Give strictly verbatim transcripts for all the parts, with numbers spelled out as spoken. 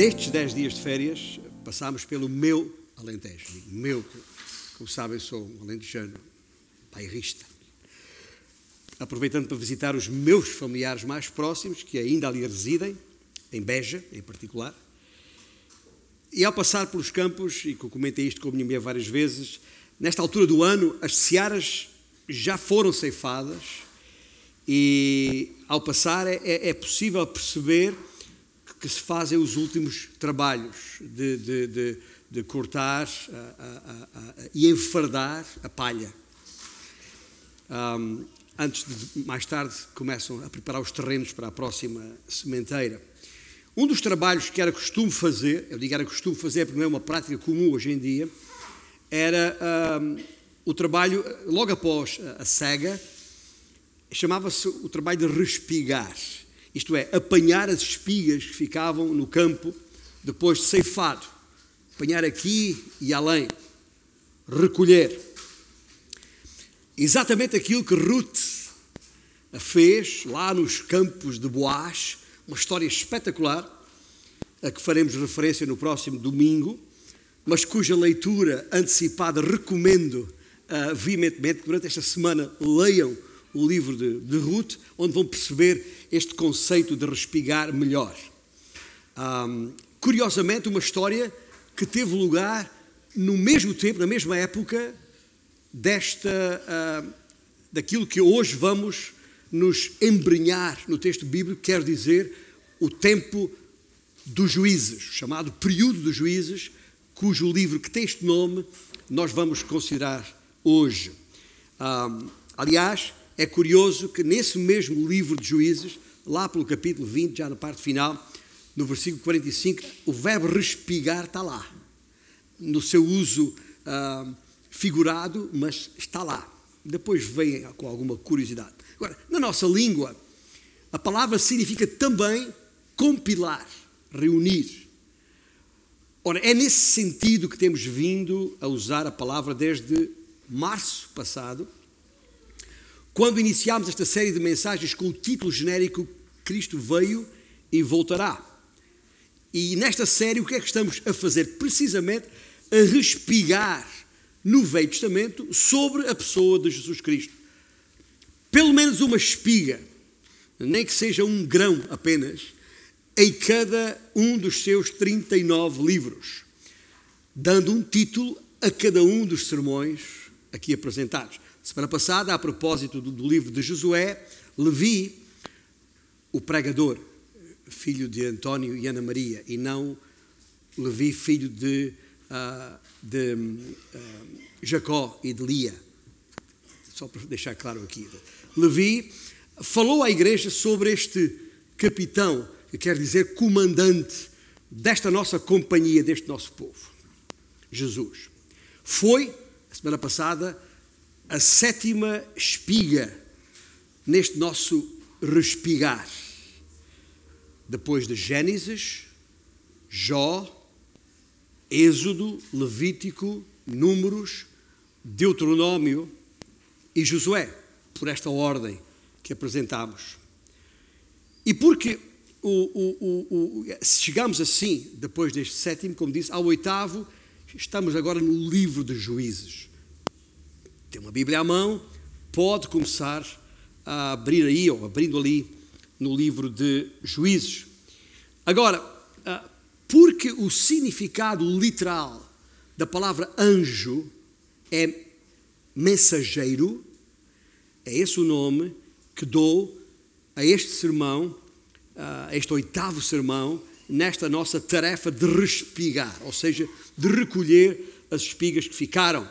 nestes dez dias de férias, passámos pelo meu Alentejo. Digo meu, como sabem, sou um alentejano, bairrista. Aproveitando para visitar os meus familiares mais próximos, que ainda ali residem, em Beja, em particular. E ao passar pelos campos, e que eu comentei isto com a minha mulher várias vezes, nesta altura do ano, as searas já foram ceifadas e, ao passar, é, é possível perceber que se fazem os últimos trabalhos de, de, de, de cortar a, a, a, a, e enfardar a palha. Um, antes de, mais tarde, começam a preparar os terrenos para a próxima sementeira. Um dos trabalhos que era costume fazer, eu digo era costume fazer porque não é uma prática comum hoje em dia, era um, o trabalho, logo após a cega, chamava-se o trabalho de respigar. Isto é, apanhar as espigas que ficavam no campo depois de ceifado. Apanhar aqui e além. Recolher. Exatamente aquilo que Ruth fez lá nos campos de Boaz, uma história espetacular, a que faremos referência no próximo domingo, mas cuja leitura antecipada recomendo uh, veementemente que durante esta semana leiam o livro de, de Ruth, onde vão perceber este conceito de respigar melhor. Um, curiosamente, uma história que teve lugar no mesmo tempo, na mesma época, desta, uh, daquilo que hoje vamos nos embrenhar no texto bíblico, quer dizer, o tempo dos juízes, chamado período dos juízes, cujo livro que tem este nome nós vamos considerar hoje. Um, aliás, é curioso que nesse mesmo livro de Juízes, lá pelo capítulo vinte, já na parte final, no versículo quarenta e cinco, o verbo respigar está lá, no seu uso uh, figurado, mas está lá. Depois vem com alguma curiosidade. Agora, na nossa língua, a palavra significa também compilar, reunir. Ora, é nesse sentido que temos vindo a usar a palavra desde março passado, quando iniciámos esta série de mensagens com o título genérico Cristo veio e voltará. E nesta série o que é que estamos a fazer? Precisamente a respigar no Velho Testamento sobre a pessoa de Jesus Cristo. Pelo menos uma espiga, nem que seja um grão apenas, em cada um dos seus trinta e nove livros, dando um título a cada um dos sermões aqui apresentados. Semana passada, a propósito do, do livro de Josué, Levi, o pregador, filho de António e Ana Maria, e não Levi, filho de, uh, de uh, Jacó e de Lia. Só para deixar claro aqui. Levi falou à igreja sobre este capitão, que quer dizer comandante desta nossa companhia, deste nosso povo, Jesus. Foi, a semana passada, a sétima espiga neste nosso respigar. Depois de Gênesis, Jó, Êxodo, Levítico, Números, Deuteronômio e Josué, por esta ordem que apresentámos. E porque o, o, o, o, chegamos assim, depois deste sétimo, como disse, ao oitavo, estamos agora no livro de Juízes. Tem uma Bíblia à mão, pode começar a abrir aí, ou abrindo ali, no livro de Juízes. Agora, porque o significado literal da palavra anjo é mensageiro, é esse o nome que dou a este sermão, a este oitavo sermão, nesta nossa tarefa de respigar, ou seja, de recolher as espigas que ficaram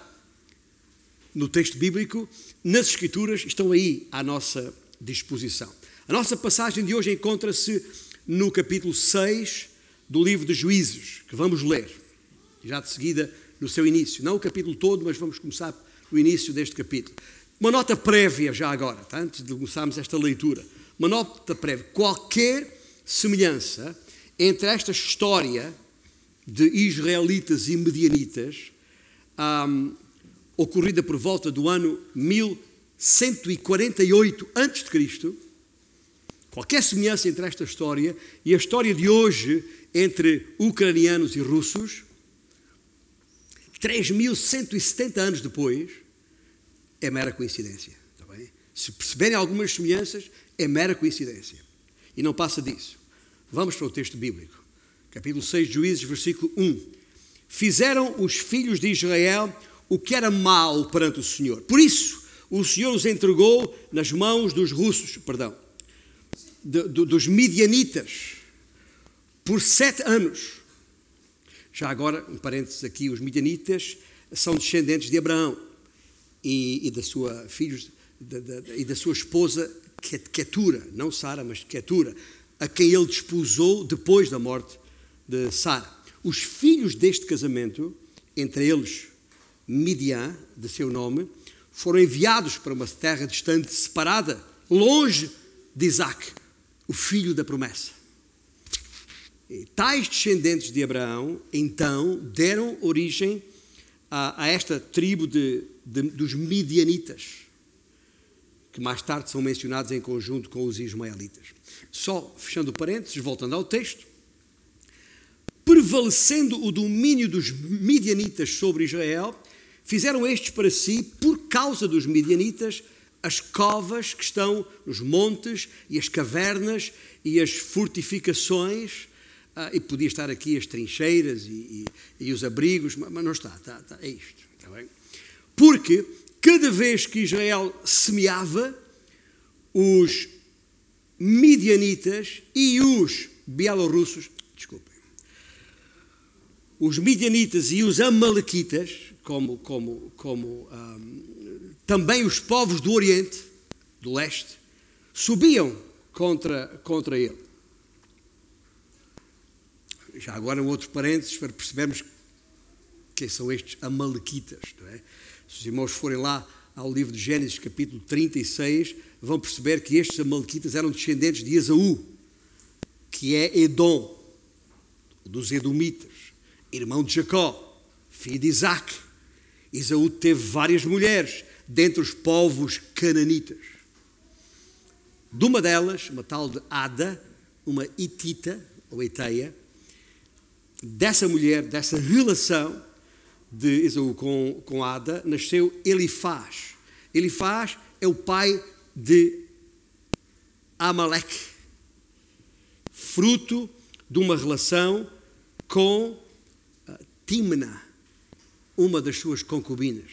no texto bíblico, nas Escrituras, estão aí à nossa disposição. A nossa passagem de hoje encontra-se no capítulo seis do livro de Juízes, que vamos ler, já de seguida no seu início. Não o capítulo todo, mas vamos começar no início deste capítulo. Uma nota prévia já agora, tá? Antes de começarmos esta leitura. Uma nota prévia. Qualquer semelhança entre esta história de israelitas e medianitas, um, ocorrida por volta do ano mil cento e quarenta e oito antes de Cristo, qualquer semelhança entre esta história e a história de hoje entre ucranianos e russos, três mil cento e setenta anos depois, é mera coincidência. Está bem? Se perceberem algumas semelhanças, é mera coincidência. E não passa disso. Vamos para o texto bíblico. Capítulo seis de Juízes, versículo um. Fizeram os filhos de Israel o que era mau perante o Senhor. Por isso, o Senhor os entregou nas mãos dos russos, perdão, de, de, dos midianitas, por sete anos. Já agora, um parênteses aqui, os midianitas são descendentes de Abraão e, e da sua filhos de, de, de, e da sua esposa Quetura, não Sara, mas Quetura, a quem ele desposou depois da morte de Sara. Os filhos deste casamento, entre eles Midian, de seu nome, foram enviados para uma terra distante, separada, longe de Isaac, o filho da promessa. E tais descendentes de Abraão, então, deram origem a, a esta tribo de, de, dos midianitas, que mais tarde são mencionados em conjunto com os ismaelitas. Só fechando parênteses, voltando ao texto, prevalecendo o domínio dos midianitas sobre Israel, fizeram estes para si, por causa dos midianitas, as covas que estão nos montes e as cavernas e as fortificações, ah, e podia estar aqui as trincheiras e, e, e os abrigos, mas não está, está, está é isto. Está bem? Porque cada vez que Israel semeava, os midianitas e os bielorrussos, desculpem, os midianitas e os amalequitas, como, como, como um, também os povos do Oriente, do Leste, subiam contra, contra ele. Já agora um outro parênteses para percebermos quem são estes amalequitas. Não é? Se os irmãos forem lá ao livro de Gênesis, capítulo trinta e seis, vão perceber que estes amalequitas eram descendentes de Esaú, que é Edom, dos Edomitas, irmão de Jacó, filho de Isaac. Esaú teve várias mulheres dentre os povos cananitas. De uma delas, uma tal de Ada, uma hitita, ou heteia, dessa mulher, dessa relação de Esaú com, com Ada, nasceu Elifaz. Elifaz é o pai de Amaleque, fruto de uma relação com Timna, uma das suas concubinas.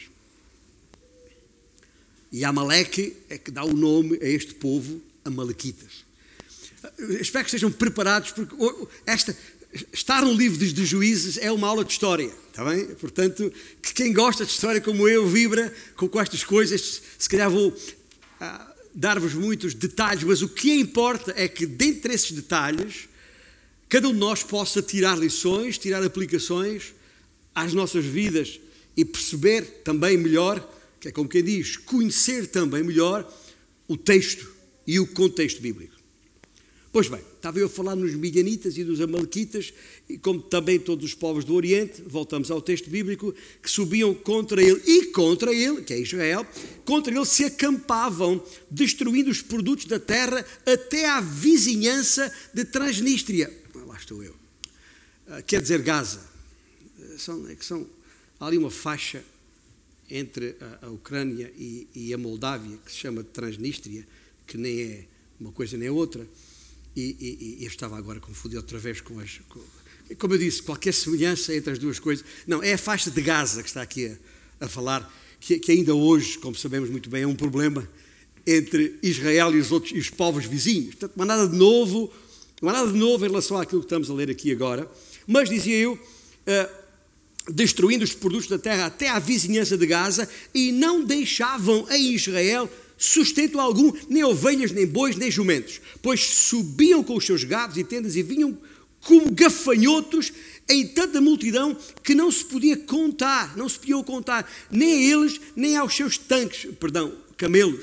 E Amaleque é que dá o nome a este povo, Amalequitas. Espero que estejam preparados, porque esta, estar no livro de Juízes é uma aula de história, está bem? Portanto, que quem gosta de história como eu, vibra com, com estas coisas, se calhar vou ah, dar-vos muitos detalhes, mas o que importa é que, dentre esses detalhes, cada um de nós possa tirar lições, tirar aplicações às nossas vidas e perceber também melhor, que é como quem diz, conhecer também melhor o texto e o contexto bíblico. Pois bem, estava eu a falar nos midianitas e dos amalequitas, e como também todos os povos do Oriente, voltamos ao texto bíblico, que subiam contra ele, e contra ele, que é Israel, contra ele se acampavam, destruindo os produtos da terra até à vizinhança de Transnistria. Lá estou eu. Quer dizer, Gaza. São, é que são, há ali uma faixa entre a, a Ucrânia e, e a Moldávia, que se chama Transnistria, que nem é uma coisa nem outra, e, e, e eu estava agora confundido outra vez com as... Com, como eu disse, qualquer semelhança entre as duas coisas... Não, é a faixa de Gaza que está aqui a, a falar, que, que ainda hoje, como sabemos muito bem, é um problema entre Israel e os, outros, e os povos vizinhos. Portanto, não há nada de novo, não há nada de novo em relação àquilo que estamos a ler aqui agora, mas, dizia eu... Uh, destruindo os produtos da terra até à vizinhança de Gaza, e não deixavam em Israel sustento algum, nem ovelhas, nem bois, nem jumentos, pois subiam com os seus gados e tendas e vinham como gafanhotos em tanta multidão que não se podia contar, não se podiam contar, nem a eles, nem aos seus tanques, perdão, camelos,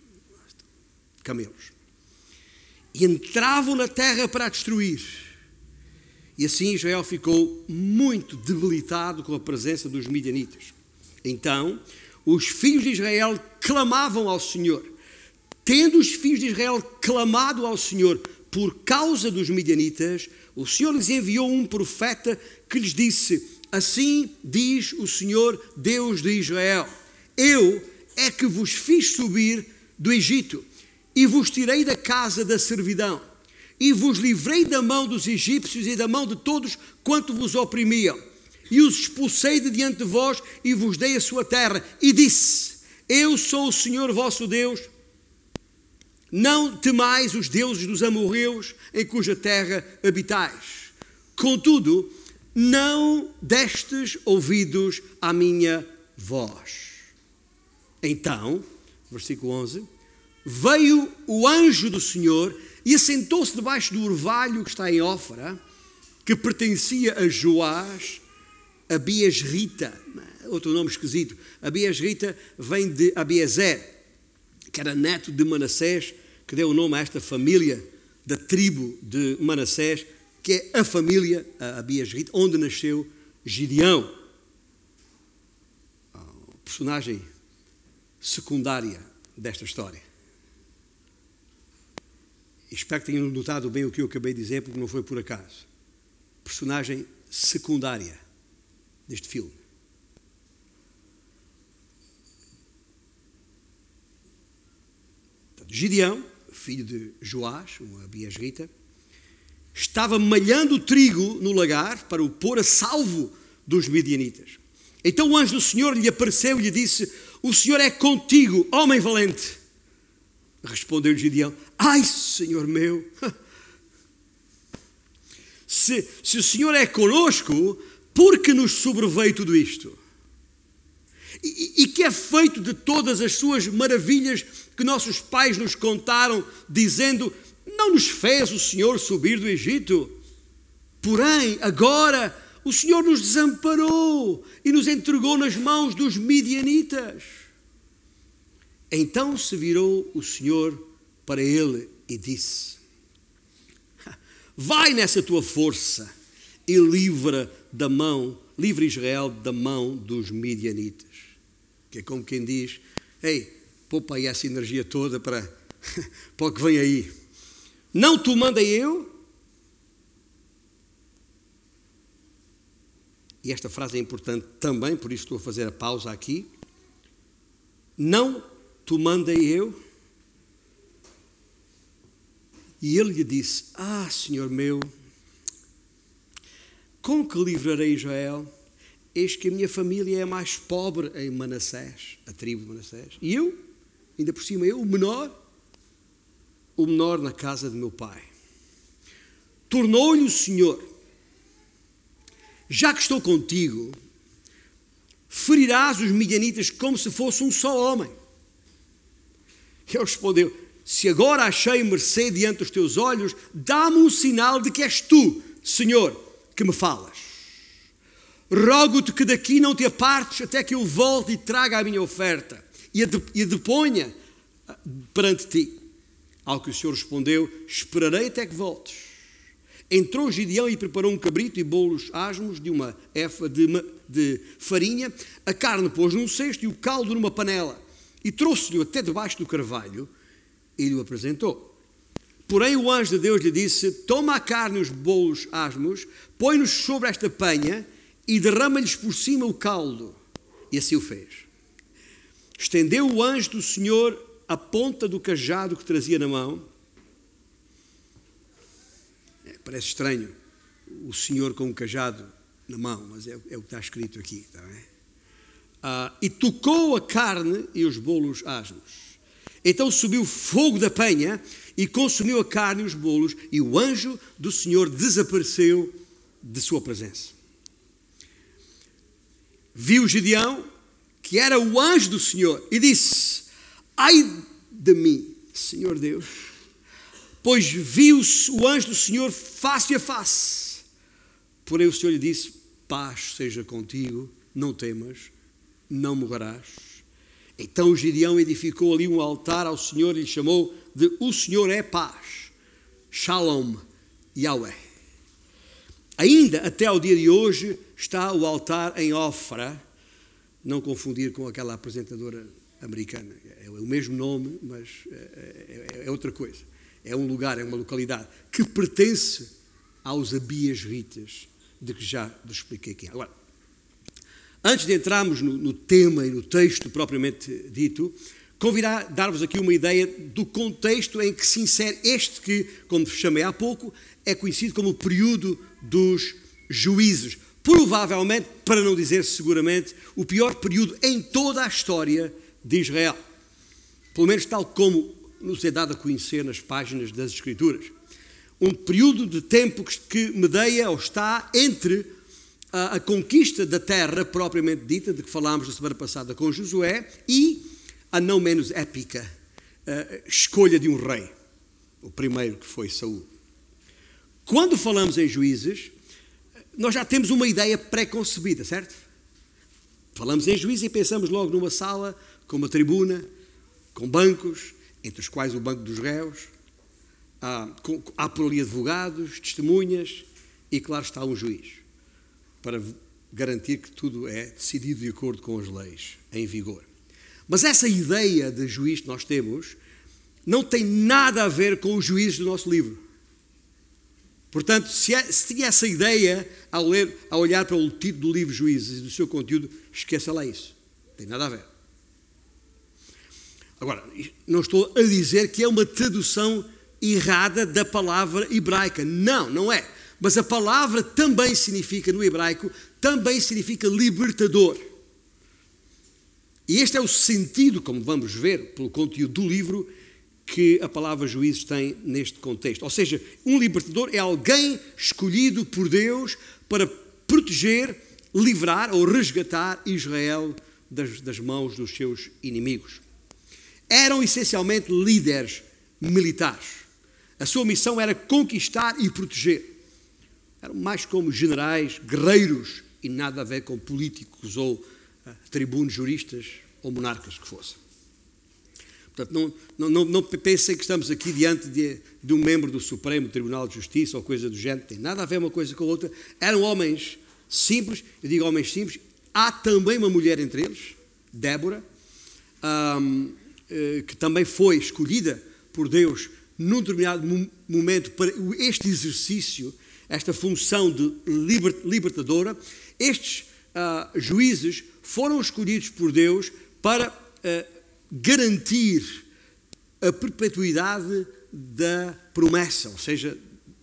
camelos. E entravam na terra para a destruir. E assim Israel ficou muito debilitado com a presença dos midianitas. Então, os filhos de Israel clamavam ao Senhor. Tendo os filhos de Israel clamado ao Senhor por causa dos midianitas, o Senhor lhes enviou um profeta que lhes disse: assim diz o Senhor Deus de Israel, eu é que vos fiz subir do Egito e vos tirei da casa da servidão e vos livrei da mão dos egípcios e da mão de todos quanto vos oprimiam e os expulsei de diante de vós e vos dei a sua terra e disse: eu sou o Senhor vosso Deus. Não temais os deuses dos amorreus em cuja terra habitais. Contudo, não destes ouvidos à minha voz. Então, versículo onze, veio o anjo do Senhor e assentou-se debaixo do orvalho que está em Ófra, que pertencia a Joás, a Abiasrita, outro nome esquisito. Abiasrita vem de Abiezer, que era neto de Manassés, que deu o nome a esta família da tribo de Manassés, que é a família, a Abiasrita, onde nasceu Gideão. Personagem secundária desta história. Espero que tenham notado bem o que eu acabei de dizer, porque não foi por acaso. Personagem secundária deste filme. Gideão, filho de Joás, uma Abiasrita, estava malhando o trigo no lagar para o pôr a salvo dos midianitas. Então o anjo do Senhor lhe apareceu e lhe disse: o Senhor é contigo, homem valente. Respondeu-lhe Gideão: ai, Senhor meu, se, se o Senhor é conosco, por que nos sobreveio tudo isto? E, e que é feito de todas as suas maravilhas que nossos pais nos contaram, dizendo: não nos fez o Senhor subir do Egito? Porém, agora o Senhor nos desamparou e nos entregou nas mãos dos midianitas. Então se virou o Senhor para ele e disse: vai nessa tua força e livra da mão, livra Israel da mão dos midianitas. Que é como quem diz: ei, poupa aí essa energia toda para, para o que vem aí. Não te mandei eu? E esta frase é importante também, por isso estou a fazer a pausa aqui. Não te mandei eu? E ele lhe disse: ah, Senhor meu, com que livrarei Israel? Eis que a minha família é a mais pobre em Manassés, a tribo de Manassés. E eu, ainda por cima, eu, o menor, o menor na casa de meu pai. Tornou-lhe o Senhor: já que estou contigo, ferirás os midianitas como se fosse um só homem. Ele respondeu: se agora achei mercê diante dos teus olhos, dá-me um sinal de que és tu, Senhor, que me falas. Rogo-te que daqui não te apartes até que eu volte e traga a minha oferta e a, de, e a deponha perante ti. Ao que o Senhor respondeu: esperarei até que voltes. Entrou Gideão e preparou um cabrito e bolos asmos de uma efa de, de farinha. A carne pôs num cesto e o caldo numa panela. E trouxe-lhe até debaixo do carvalho e lhe o apresentou. Porém o anjo de Deus lhe disse: toma a carne e os bolos asmos, põe-nos sobre esta panha e derrama-lhes por cima o caldo. E assim o fez. Estendeu o anjo do Senhor a ponta do cajado que trazia na mão. É, parece estranho o Senhor com um cajado na mão, mas é, é o que está escrito aqui. Está bem? Ah, e tocou a carne e os bolos asmos. Então subiu fogo da penha e consumiu a carne e os bolos, e o anjo do Senhor desapareceu de sua presença. Viu Gideão que era o anjo do Senhor e disse: ai de mim, Senhor Deus, pois viu o anjo do Senhor face a face. Porém o Senhor lhe disse: paz seja contigo, não temas, não morrerás. Então Gideão edificou ali um altar ao Senhor e lhe chamou de O Senhor é Paz, Shalom, Yahweh. Ainda até ao dia de hoje está o altar em Ofra, não confundir com aquela apresentadora americana. É o mesmo nome, mas é outra coisa. é um lugar, é uma localidade que pertence aos Abiasritas, de que já vos expliquei aqui. Agora, antes de entrarmos no, no tema e no texto propriamente dito, convirá dar-vos aqui uma ideia do contexto em que se insere este que, como chamei há pouco, é conhecido como o período dos juízes. Provavelmente, para não dizer seguramente, o pior período em toda a história de Israel. Pelo menos tal como nos é dado a conhecer nas páginas das Escrituras. Um período de tempo que medeia ou está entre a, a conquista da terra propriamente dita, de que falámos na semana passada com Josué, e a não menos épica a escolha de um rei, o primeiro que foi Saul. Quando falamos em juízes, nós já temos uma ideia pré-concebida, certo? Falamos em juízes e pensamos logo numa sala com uma tribuna, com bancos, entre os quais o banco dos réus, há, com, há por ali advogados, testemunhas e, claro, está um juiz, para garantir que tudo é decidido de acordo com as leis em vigor. Mas essa ideia de juiz que nós temos não tem nada a ver com os juízes do nosso livro. Portanto, se, é, se tinha essa ideia ao, ler, ao olhar para o título do livro Juízes e do seu conteúdo, esqueça lá isso. Não tem nada a ver. Agora, não estou a dizer que é uma tradução errada da palavra hebraica. Não, não é. Mas a palavra também significa, no hebraico, também significa libertador. E este é o sentido, como vamos ver pelo conteúdo do livro, que a palavra juízes tem neste contexto. Ou seja, um libertador é alguém escolhido por Deus para proteger, livrar ou resgatar Israel das, das mãos dos seus inimigos. Eram essencialmente líderes militares. A sua missão era conquistar e proteger. Eram mais como generais, guerreiros, e nada a ver com políticos ou uh, tribunos, juristas ou monarcas que fossem. Portanto, não, não, não, não pensem que estamos aqui diante de, de um membro do Supremo Tribunal de Justiça ou coisa do género. Tem nada a ver uma coisa com a outra. Eram homens simples, eu digo homens simples. Há também uma mulher entre eles, Débora, um, que também foi escolhida por Deus num determinado momento para este exercício, esta função de libertadora. Estes uh, juízes foram escolhidos por Deus para uh, garantir a perpetuidade da promessa, ou seja,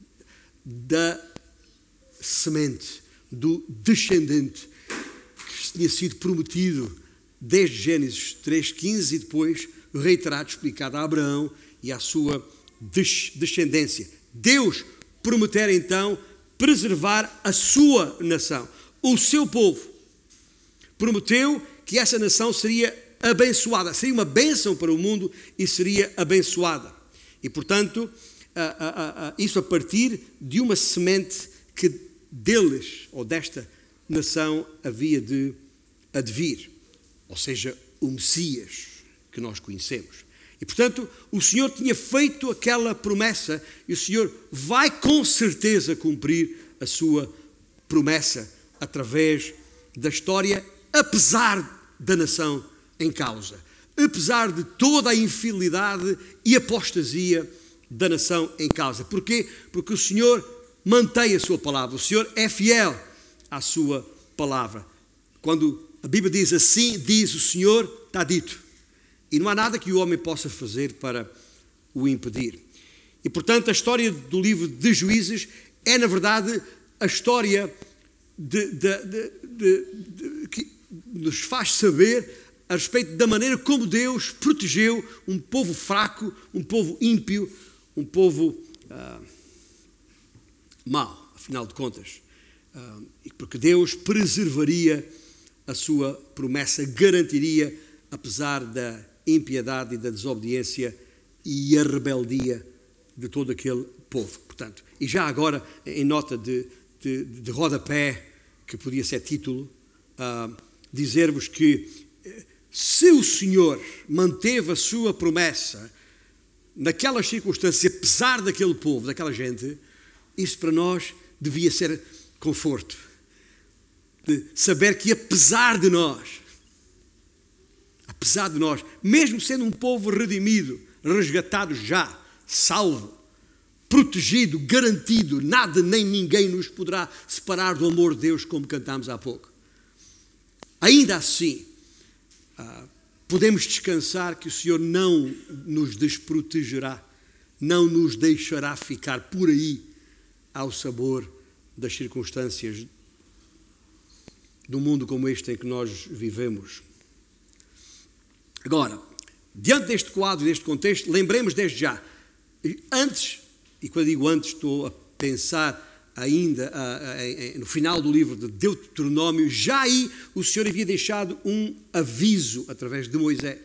da semente, do descendente que tinha sido prometido desde Gênesis três quinze e depois reiterado, explicado a Abraão e à sua descendência. Deus prometera então preservar a sua nação, o seu povo. Prometeu que essa nação seria abençoada, seria uma bênção para o mundo e seria abençoada. E, portanto, a, a, a, isso a partir de uma semente que deles, ou desta nação, havia de advir, ou seja, o Messias que nós conhecemos. E, portanto, o Senhor tinha feito aquela promessa e o Senhor vai com certeza cumprir a sua promessa através da história, apesar da nação em causa, apesar de toda a infidelidade e apostasia da nação em causa. Porquê? Porque o Senhor mantém a sua palavra, o Senhor é fiel à sua palavra. Quando a Bíblia diz assim, diz o Senhor, está dito. E não há nada que o homem possa fazer para o impedir. E, portanto, a história do livro de Juízes é, na verdade, a história de, de, de, de, de, que nos faz saber a respeito da maneira como Deus protegeu um povo fraco, um povo ímpio, um povo ah, mau, afinal de contas. Ah, porque Deus preservaria a sua promessa, garantiria, apesar da impiedade e da desobediência e a rebeldia de todo aquele povo. Portanto, e já agora, em nota de, de, de rodapé, que podia ser título, ah, dizer-vos que se o Senhor manteve a sua promessa naquelas circunstâncias, apesar daquele povo, daquela gente, isso para nós devia ser conforto. De saber que apesar de nós, apesar de nós, mesmo sendo um povo redimido, resgatado já salvo, protegido, garantido. Nada nem ninguém nos poderá separar do amor de Deus, como cantámos há pouco. Ainda assim, podemos descansar que o Senhor não nos desprotegerá, não nos deixará ficar por aí ao sabor das circunstâncias do mundo como este em que nós vivemos. Agora, diante deste quadro, deste contexto, lembremos desde já, antes, e quando digo antes estou a pensar ainda a, a, a, no final do livro de Deuteronômio, já aí o Senhor havia deixado um aviso através de Moisés.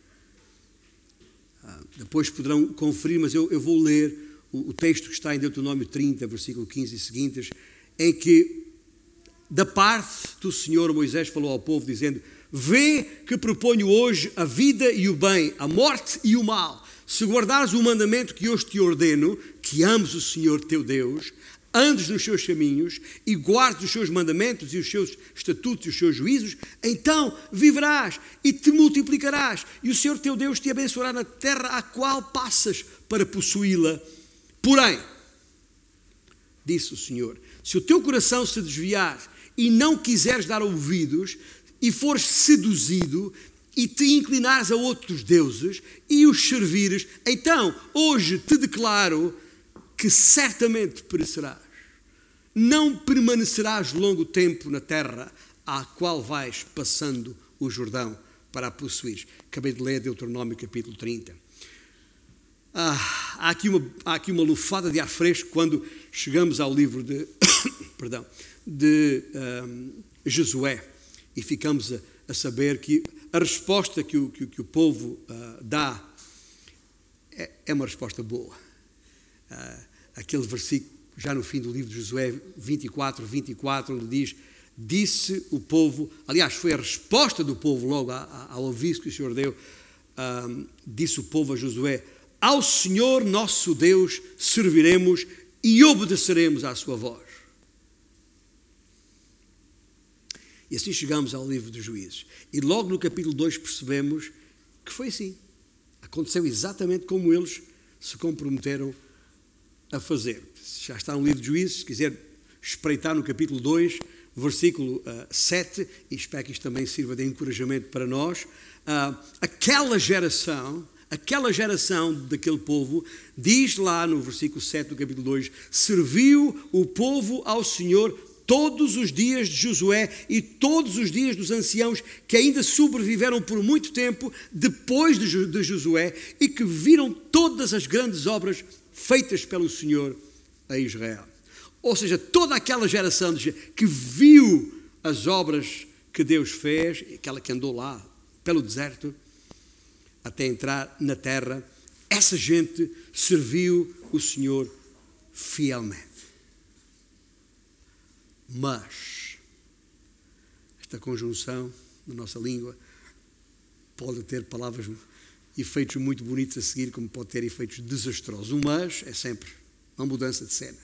Ah, depois poderão conferir, mas eu, eu vou ler o, o texto que está em Deuteronômio trinta, versículo quinze e seguintes, em que da parte do Senhor Moisés falou ao povo dizendo: vê que proponho hoje a vida e o bem, a morte e o mal. Se guardares o mandamento que hoje te ordeno, que ames o Senhor teu Deus, andes nos seus caminhos e guardes os seus mandamentos e os seus estatutos e os seus juízos, então viverás e te multiplicarás, e o Senhor teu Deus te abençoará na terra a qual passas para possuí-la. Porém, disse o Senhor, se o teu coração se desviar e não quiseres dar ouvidos, e fores seduzido e te inclinares a outros deuses e os servires, então hoje te declaro que certamente perecerás. Não permanecerás longo tempo na terra à qual vais passando o Jordão para a possuires. Acabei de ler Deuteronômio capítulo trinta. Ah, há, aqui uma, há aqui uma lufada de ar fresco quando chegamos ao livro de, perdão, de um, Josué e ficamos a, a saber que a resposta que o, que, que o povo uh, dá é, é uma resposta boa. Uh, aquele versículo, já no fim do livro de Josué vinte e quatro, vinte e quatro, onde diz, disse o povo, aliás, foi a resposta do povo logo ao aviso que o Senhor deu, um, disse o povo a Josué, ao Senhor nosso Deus serviremos e obedeceremos à sua voz. E assim chegamos ao livro dos Juízes. E logo no capítulo dois percebemos que foi assim. Aconteceu exatamente como eles se comprometeram a fazer. Já está no livro de Juízes, se quiser espreitar no capítulo dois, versículo uh, sete, e espero que isto também sirva de encorajamento para nós, uh, aquela geração, aquela geração daquele povo, diz lá no versículo sete do capítulo dois, serviu o povo ao Senhor todos os dias de Josué e todos os dias dos anciãos que ainda sobreviveram por muito tempo depois de, de Josué e que viram todas as grandes obras feitas pelo Senhor a Israel. Ou seja, toda aquela geração que viu as obras que Deus fez, aquela que andou lá pelo deserto até entrar na terra, essa gente serviu o Senhor fielmente. Mas esta conjunção na nossa língua pode ter palavras, efeitos muito bonitos a seguir, como pode ter efeitos desastrosos. O mas é sempre uma mudança de cena.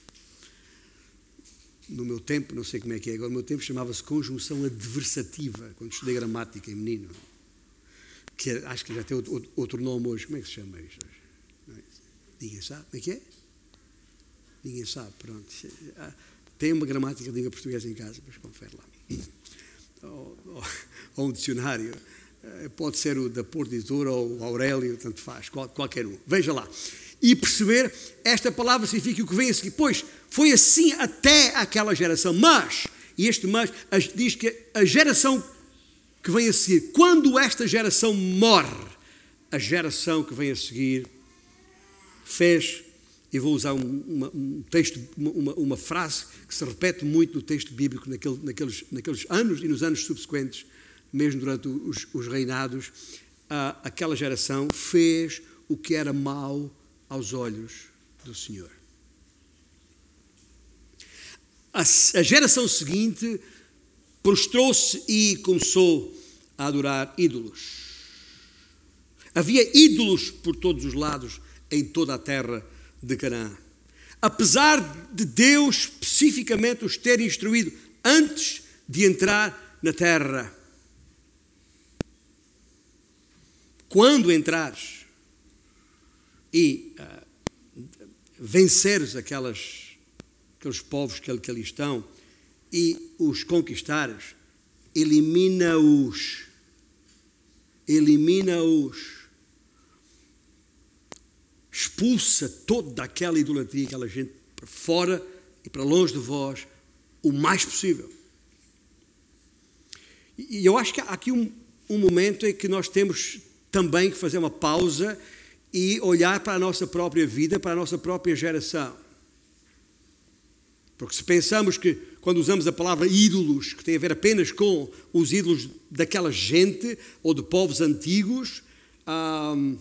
No meu tempo, não sei como é que é agora, no meu tempo chamava-se conjunção adversativa, quando estudei gramática em menino. Que é, acho que já tem outro, outro nome hoje. Como é que se chama isto hoje? Ninguém sabe. Como é que é? Ninguém sabe, pronto. Tem uma gramática de língua portuguesa em casa, mas confere lá. Ou, ou, ou um dicionário. Pode ser o da Porto Editora ou o Aurélio, tanto faz, qual, qualquer um. Veja lá. E perceber, esta palavra significa o que vem a seguir. Pois, foi assim até aquela geração. Mas, e este mas, diz que a geração que vem a seguir, quando esta geração morre, a geração que vem a seguir fez, e vou usar um, uma, um texto, uma, uma frase que se repete muito no texto bíblico naquele, naqueles, naqueles anos e nos anos subsequentes, mesmo durante os, os reinados, ah, aquela geração fez o que era mau aos olhos do Senhor. A, a geração seguinte prostrou-se e começou a adorar ídolos. Havia ídolos por todos os lados em toda a terra de Canaã. Apesar de Deus especificamente os ter instruído antes de entrar na terra. Quando entrares, e uh, venceres aquelas, aqueles povos que, que ali estão e os conquistares, elimina-os, elimina-os, expulsa toda aquela idolatria, aquela gente para fora e para longe de vós, o mais possível. E eu acho que há aqui um, um momento em que nós temos também que fazer uma pausa e olhar para a nossa própria vida, para a nossa própria geração. Porque se pensamos que quando usamos a palavra ídolos, que tem a ver apenas com os ídolos daquela gente ou de povos antigos, hum,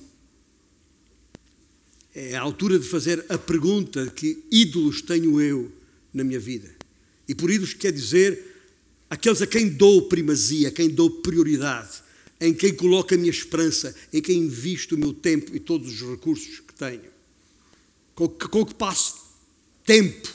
é a altura de fazer a pergunta: que ídolos tenho eu na minha vida? E por ídolos quer dizer aqueles a quem dou primazia, a quem dou prioridade, em quem coloco a minha esperança, em quem invisto o meu tempo e todos os recursos que tenho, com que, com que passo tempo.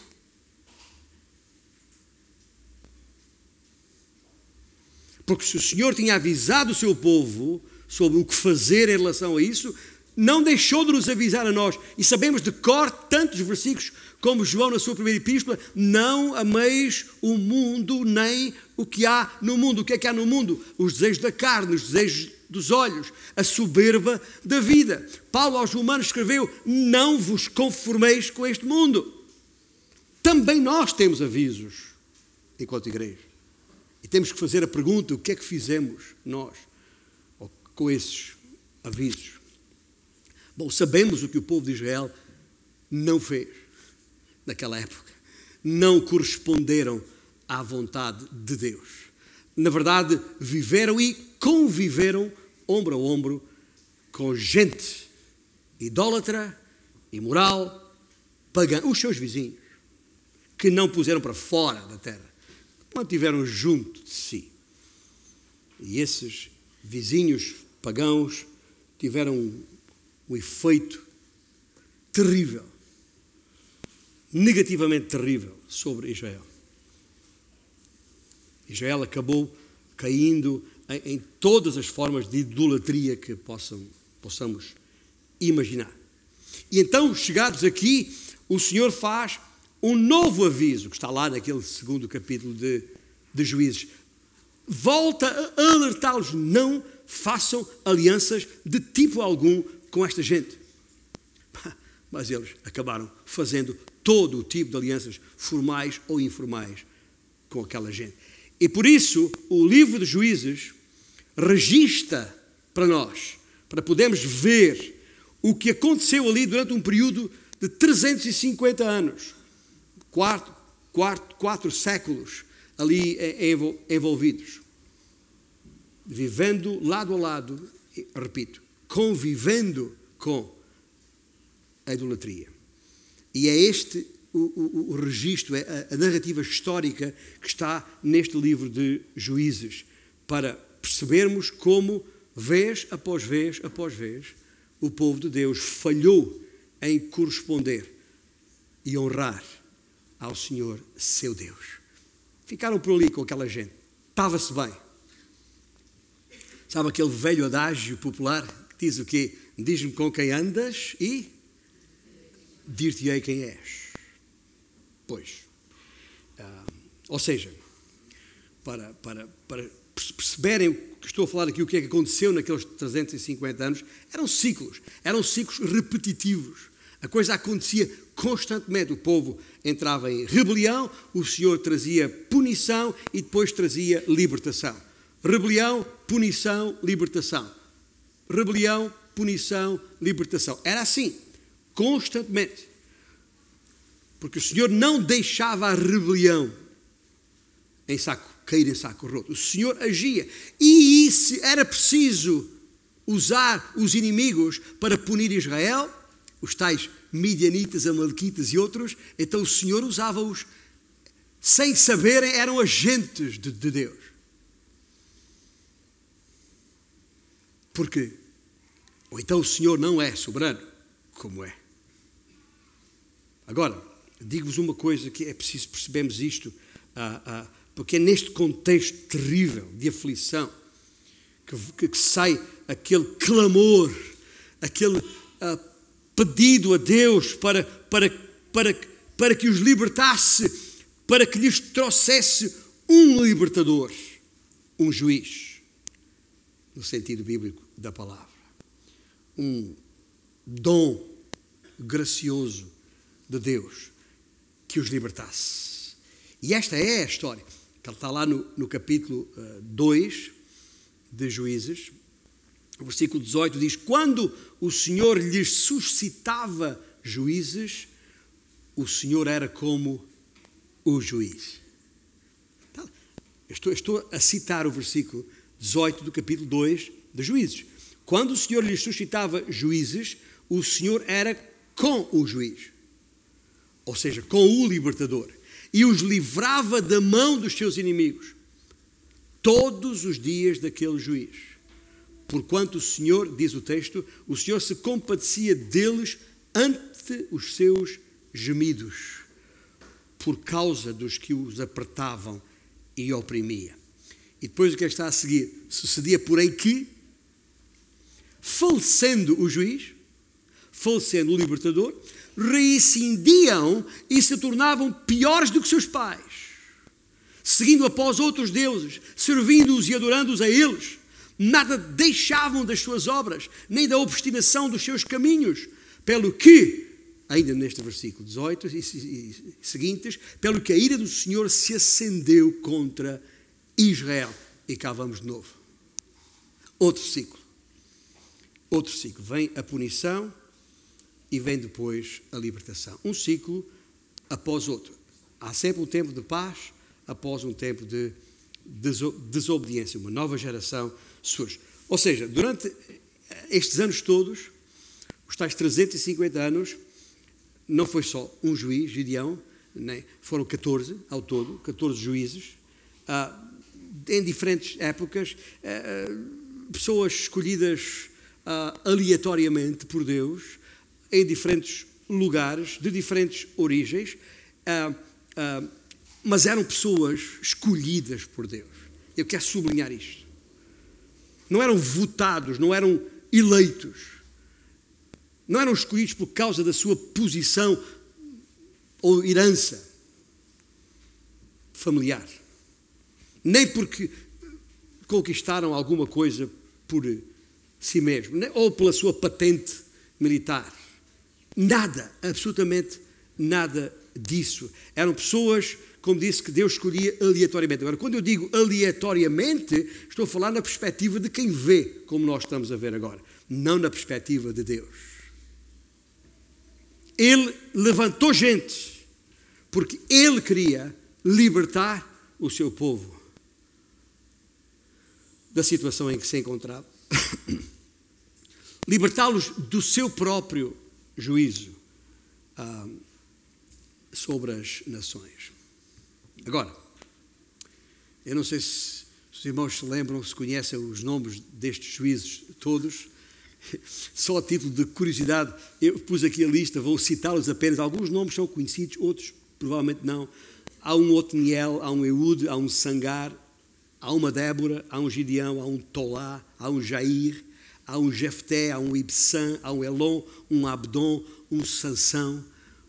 Porque se o Senhor tinha avisado o seu povo sobre o que fazer em relação a isso, não deixou de nos avisar a nós. E sabemos de cor tantos versículos como João na sua primeira epístola: não ameis o mundo nem o que há no mundo. O que é que há no mundo? Os desejos da carne, os desejos dos olhos, a soberba da vida. Paulo aos Romanos escreveu: não vos conformeis com este mundo. Também nós temos avisos enquanto igreja. E temos que fazer a pergunta: o que é que fizemos nós com esses avisos? Bom, sabemos o que o povo de Israel não fez naquela época. Não corresponderam à vontade de Deus. Na verdade, viveram e conviveram ombro a ombro com gente idólatra, imoral, pagã, os seus vizinhos, que não puseram para fora da terra, mantiveram junto de si. E esses vizinhos pagãos tiveram um, um efeito terrível, negativamente terrível, sobre Israel. Israel acabou caindo em, em todas as formas de idolatria que possam, possamos imaginar. E então, chegados aqui, o Senhor faz um novo aviso, que está lá naquele segundo capítulo de, de Juízes. Volta a alertá-los: não façam alianças de tipo algum com esta gente. Mas eles acabaram fazendo todo o tipo de alianças, formais ou informais, com aquela gente. E por isso, o livro de Juízes registra para nós, para podermos ver o que aconteceu ali durante um período de trezentos e cinquenta anos. Quatro, quatro, quatro séculos ali envolvidos. Vivendo lado a lado, repito, convivendo com a idolatria. E é este o, o, o registro, é a, a narrativa histórica que está neste livro de Juízes, para percebermos como, vez após vez após vez, o povo de Deus falhou em corresponder e honrar ao Senhor, seu Deus. Ficaram por ali com aquela gente. Estava-se bem. Sabe aquele velho adágio popular que diz o quê? Diz-me com quem andas e dir-te-ei quem és. Pois. Ah, ou seja, para, para, para perceberem o que estou a falar aqui, o que é que aconteceu naqueles trezentos e cinquenta anos, eram ciclos. Eram ciclos repetitivos. A coisa acontecia constantemente. O povo entrava em rebelião, o Senhor trazia punição e depois trazia libertação. Rebelião, punição, libertação. Rebelião, punição, libertação. Era assim, constantemente. Porque o Senhor não deixava a rebelião em saco, cair em saco roto. O Senhor agia. E se era preciso usar os inimigos para punir Israel, os tais midianitas, amalequitas e outros, então o Senhor usava-os sem saberem, eram agentes de, de Deus. Porque, ou então o Senhor não é soberano, como é. Agora, digo-vos uma coisa que é preciso percebermos isto, ah, ah, porque é neste contexto terrível de aflição que, que, que sai aquele clamor, aquele ah, pedido a Deus para, para, para, para que os libertasse, para que lhes trouxesse um libertador, um juiz, no sentido bíblico da palavra. Um dom gracioso de Deus que os libertasse. E esta é a história, que está lá no, no capítulo dois de Juízes. O versículo dezoito diz: quando o Senhor lhes suscitava juízes, o Senhor era como o juiz. Estou, estou a citar o versículo dezoito do capítulo dois de Juízes. Quando o Senhor lhes suscitava juízes, o Senhor era com o juiz, ou seja, com o libertador, e os livrava da mão dos seus inimigos todos os dias daquele juiz. Porquanto o Senhor, diz o texto, o Senhor se compadecia deles ante os seus gemidos, por causa dos que os apertavam e oprimia. E depois o que é que está a seguir? Sucedia, porém, que, falecendo o juiz, falecendo o libertador, reincidiam e se tornavam piores do que seus pais, seguindo após outros deuses, servindo-os e adorando-os a eles. Nada deixavam das suas obras, nem da obstinação dos seus caminhos, pelo que, ainda neste versículo dezoito e seguintes, pelo que a ira do Senhor se acendeu contra Israel. E cá vamos de novo. Outro ciclo. Outro ciclo. Vem a punição e vem depois a libertação. Um ciclo após outro. Há sempre um tempo de paz após um tempo de desobediência. Uma nova geração surge. Ou seja, durante estes anos todos, os tais trezentos e cinquenta anos, não foi só um juiz, Gideão, né? Foram catorze ao todo, catorze juízes, ah, em diferentes épocas, ah, pessoas escolhidas ah, aleatoriamente por Deus, em diferentes lugares, de diferentes origens, ah, ah, mas eram pessoas escolhidas por Deus. Eu quero sublinhar isto. Não eram votados, não eram eleitos. Não eram escolhidos por causa da sua posição ou herança familiar. Nem porque conquistaram alguma coisa por si mesmo, ou pela sua patente militar. Nada, absolutamente nada disso. Eram pessoas, como disse, que Deus escolhia aleatoriamente. Agora, quando eu digo aleatoriamente, estou a falar na perspectiva de quem vê, como nós estamos a ver agora, não na perspectiva de Deus. Ele levantou gente, porque ele queria libertar o seu povo da situação em que se encontrava, libertá-los do seu próprio juízo ah, sobre as nações. Agora, eu não sei se, se os irmãos se lembram, se conhecem os nomes destes juízes todos. Só a título de curiosidade, eu pus aqui a lista, vou citá-los apenas. Alguns nomes são conhecidos, outros provavelmente não. Há um Otniel, há um Eude, há um Sangar, há uma Débora, há um Gideão, há um Tolá, há um Jair, há um Jefté, há um Ibsã, há um Elon, um Abdon, um Sansão.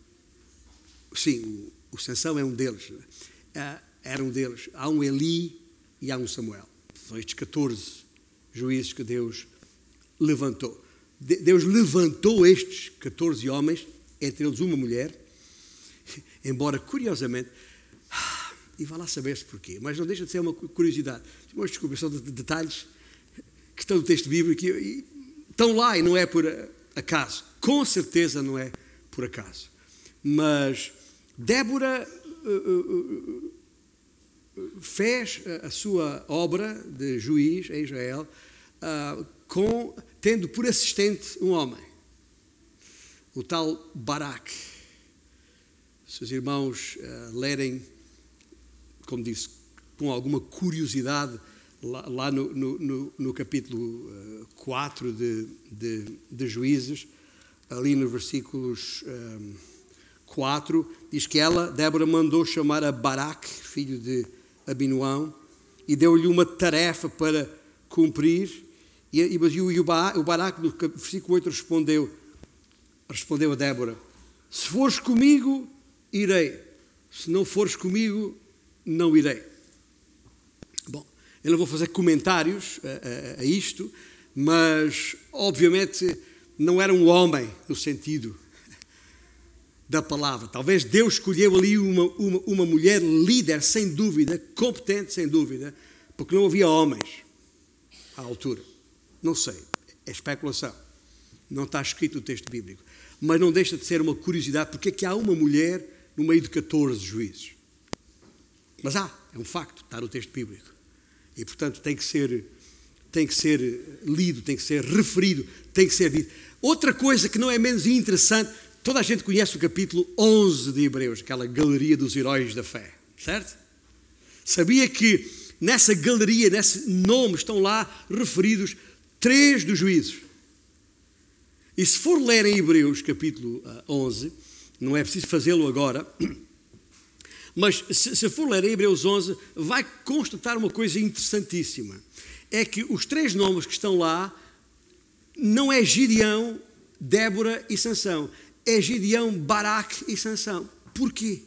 Sim, o Sansão é um deles, era um deles. Há um Eli e há um Samuel. São estes catorze juízes que Deus levantou. Deus levantou estes catorze homens, entre eles uma mulher, embora curiosamente, e vá lá saber-se porquê, mas não deixa de ser uma curiosidade. Uma descoberção de detalhes que estão no texto bíblico e estão lá e não é por acaso. Com certeza não é por acaso. Mas Débora uh, uh, uh, fez a sua obra de juiz em Israel uh, com, tendo por assistente um homem, o tal Baraque. Se os irmãos uh, lerem, como disse, com alguma curiosidade, lá, lá no, no, no, no capítulo uh, quatro de, de, de Juízes, ali nos versículos um, quatro, diz que ela, Débora, mandou chamar a Baraque, filho de Abinoão, e deu-lhe uma tarefa para cumprir. E, e, e o, o Baraque, no versículo oito, respondeu: Respondeu a Débora: se fores comigo, irei. Se não fores comigo, não irei. Bom, eu não vou fazer comentários a, a, a isto, mas, obviamente, não era um homem no sentido da palavra. Talvez Deus escolheu ali uma, uma, uma mulher líder, sem dúvida, competente, sem dúvida, porque não havia homens à altura. Não sei, é especulação. Não está escrito no texto bíblico. Mas não deixa de ser uma curiosidade, porque é que há uma mulher no meio de catorze juízes. Mas há, é um facto, está no texto bíblico. E, portanto, tem que ser, tem que ser lido, tem que ser referido, tem que ser dito. Outra coisa que não é menos interessante, toda a gente conhece o capítulo onze de Hebreus, aquela galeria dos heróis da fé, certo? Sabia que nessa galeria, nesse nome, estão lá referidos três dos juízes. E se for ler em Hebreus, capítulo onze, não é preciso fazê-lo agora, mas se, se for ler em Hebreus onze, vai constatar uma coisa interessantíssima. É que os três nomes que estão lá não é Gideão, Débora e Sansão. É Gideão, Baraque e Sansão. Porquê?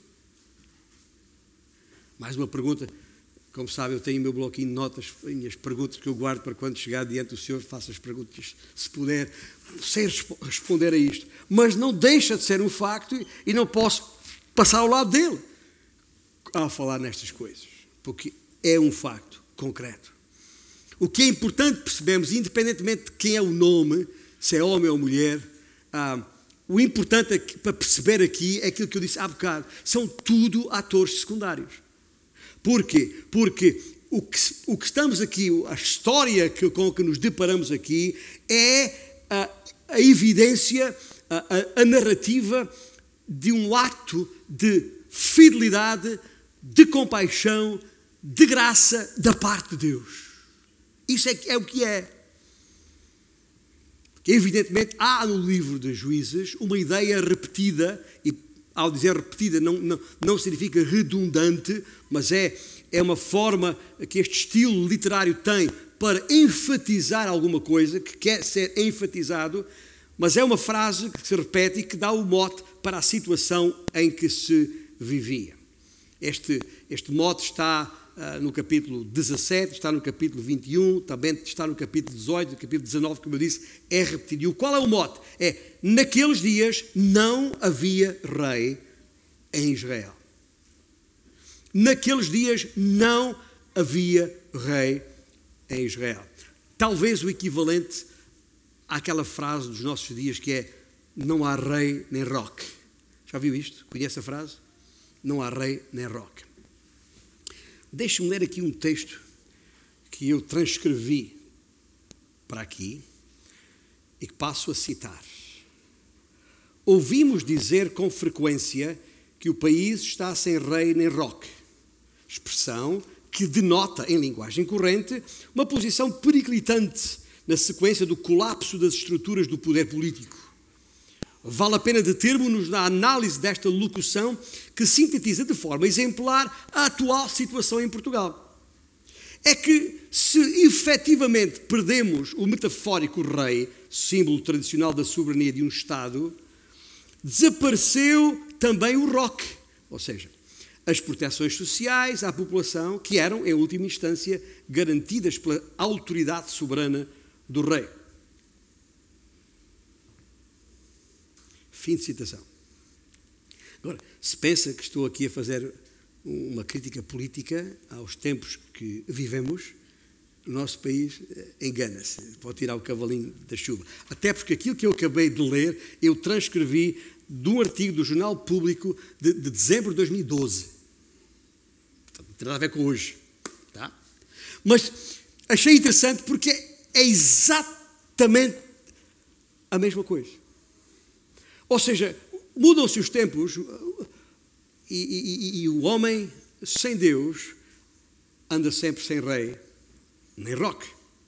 Mais uma pergunta. Como sabe, eu tenho o meu bloquinho de notas, as perguntas que eu guardo para quando chegar diante do Senhor, faço as perguntas, se puder, sei responder a isto. Mas não deixa de ser um facto e não posso passar ao lado dele ao falar nestas coisas, porque é um facto concreto. O que é importante percebermos, independentemente de quem é o nome, se é homem ou mulher, ah, o importante aqui, para perceber aqui é aquilo que eu disse há bocado, são tudo atores secundários. Porquê? Porque o que, o que estamos aqui, a história que, com que nos deparamos aqui é a, a evidência, a, a, a narrativa de um ato de fidelidade, de compaixão, de graça da parte de Deus. Isso é, é o que é. Porque, evidentemente, há no livro de Juízes uma ideia repetida, e ao dizer repetida não, não, não significa redundante, mas é, é uma forma que este estilo literário tem para enfatizar alguma coisa que quer ser enfatizado, mas é uma frase que se repete e que dá o mote para a situação em que se vivia. Este, este mote está uh, no capítulo dezassete, está no capítulo vinte e um, também está no capítulo dezoito, no capítulo dezanove, como eu disse, é repetido. E o qual é o mote? É, naqueles dias não havia rei em Israel. Naqueles dias não havia rei em Israel. Talvez o equivalente àquela frase dos nossos dias que é: não há rei nem roque. Já viu isto? Conhece a frase? Não há rei nem roque. Deixe-me ler aqui um texto que eu transcrevi para aqui e que passo a citar. Ouvimos dizer com frequência que o país está sem rei nem roque. Expressão que denota, em linguagem corrente, uma posição periclitante na sequência do colapso das estruturas do poder político. Vale a pena determos-nos na análise desta locução que sintetiza de forma exemplar a atual situação em Portugal. É que, se efetivamente perdemos o metafórico rei, símbolo tradicional da soberania de um Estado, desapareceu também o roque, ou seja, as proteções sociais à população que eram, em última instância, garantidas pela autoridade soberana do rei. Fim de citação. Agora, se pensa que estou aqui a fazer uma crítica política aos tempos que vivemos, o nosso país engana-se, pode tirar o cavalinho da chuva. Até porque aquilo que eu acabei de ler, eu transcrevi de um artigo do Jornal Público de, de dezembro de dois mil e doze. Não tem nada a ver com hoje. Tá? Mas achei interessante porque é exatamente a mesma coisa. Ou seja, mudam-se os tempos e, e, e o homem sem Deus anda sempre sem rei nem roque.